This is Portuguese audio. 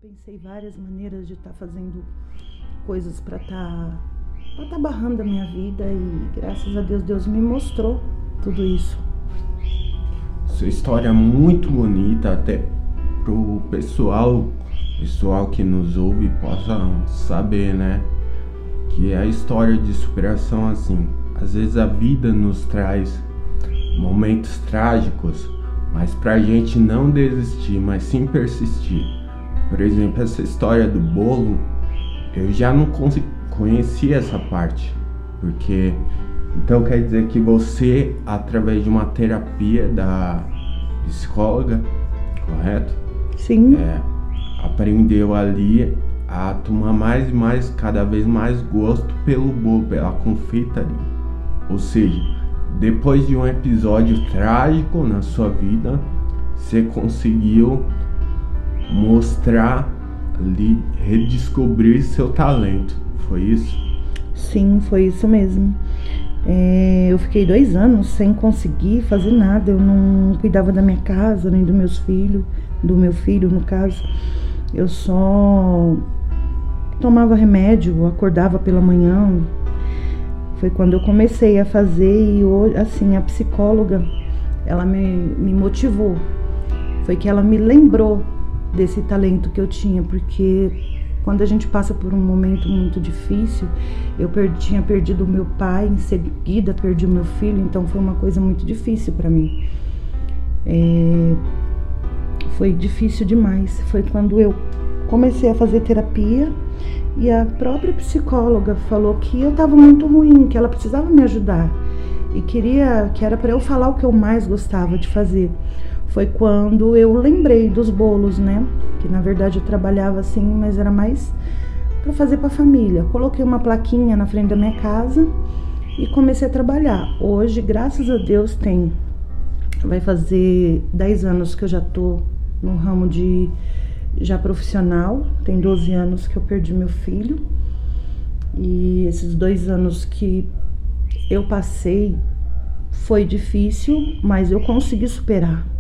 pensei várias maneiras de estar fazendo coisas para estar barrando a minha vida e graças a Deus, Deus me mostrou tudo isso. Sua história é muito bonita, até pro pessoal que nos ouve possa saber, né? Que é a história de superação assim. Às vezes a vida nos traz momentos trágicos, mas pra gente não desistir, mas sim persistir. Por exemplo, essa história do bolo, eu já não conhecia essa parte, porque então quer dizer que você, através de uma terapia da psicóloga, correto? Sim. Aprendeu ali a tomar mais e mais, cada vez mais gosto pelo bolo, pela confeitaria. Ou seja, depois de um episódio trágico na sua vida, você conseguiu mostrar ali, redescobrir seu talento. Foi isso? Sim, foi isso mesmo. Eu fiquei 2 anos sem conseguir fazer nada. Eu não cuidava da minha casa, nem dos meus filhos, do meu filho no caso. Eu só tomava remédio, acordava pela manhã. Foi quando eu comecei a fazer e hoje, assim, a psicóloga, ela me motivou. Foi que ela me lembrou desse talento que eu tinha, porque quando a gente passa por um momento muito difícil, eu tinha perdido o meu pai, em seguida perdi o meu filho, então foi uma coisa muito difícil para mim. Foi difícil demais. Foi quando eu comecei a fazer terapia e a própria psicóloga falou que eu estava muito ruim, que ela precisava me ajudar e que era para eu falar o que eu mais gostava de fazer. Foi quando eu lembrei dos bolos, né? Que na verdade eu trabalhava assim, mas era mais para fazer para a família. Coloquei uma plaquinha na frente da minha casa e comecei a trabalhar. Hoje, graças a Deus, vai fazer 10 anos que eu já tô no ramo de já profissional. Tem 12 anos que eu perdi meu filho. E esses 2 anos que eu passei foi difícil, mas eu consegui superar.